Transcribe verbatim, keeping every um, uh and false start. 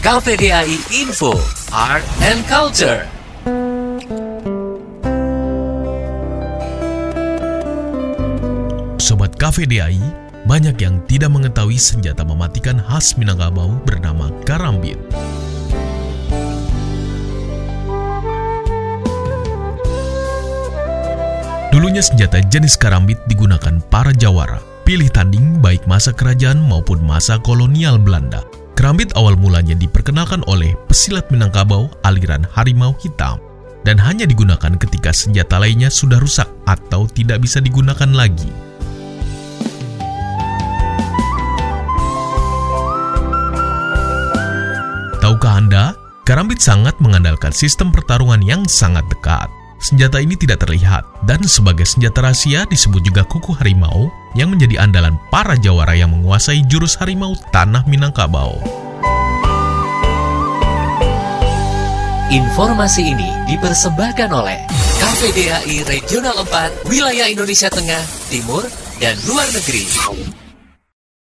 K V D A I Info, Art and Culture. Sobat K V D A I, banyak yang tidak mengetahui senjata mematikan khas Minangkabau bernama karambit. Dulunya senjata jenis karambit digunakan para jawara, pilih tanding baik masa kerajaan maupun masa kolonial Belanda. Karambit awal mulanya diperkenalkan oleh pesilat Minangkabau aliran Harimau Hitam dan hanya digunakan ketika senjata lainnya sudah rusak atau tidak bisa digunakan lagi. Tahukah Anda, karambit sangat mengandalkan sistem pertarungan yang sangat dekat. Senjata ini tidak terlihat, dan sebagai senjata rahasia disebut juga kuku harimau yang menjadi andalan para jawara yang menguasai jurus harimau tanah Minangkabau. Informasi ini dipersembahkan oleh K V D A I Regional empat, Wilayah Indonesia Tengah, Timur, dan Luar Negeri.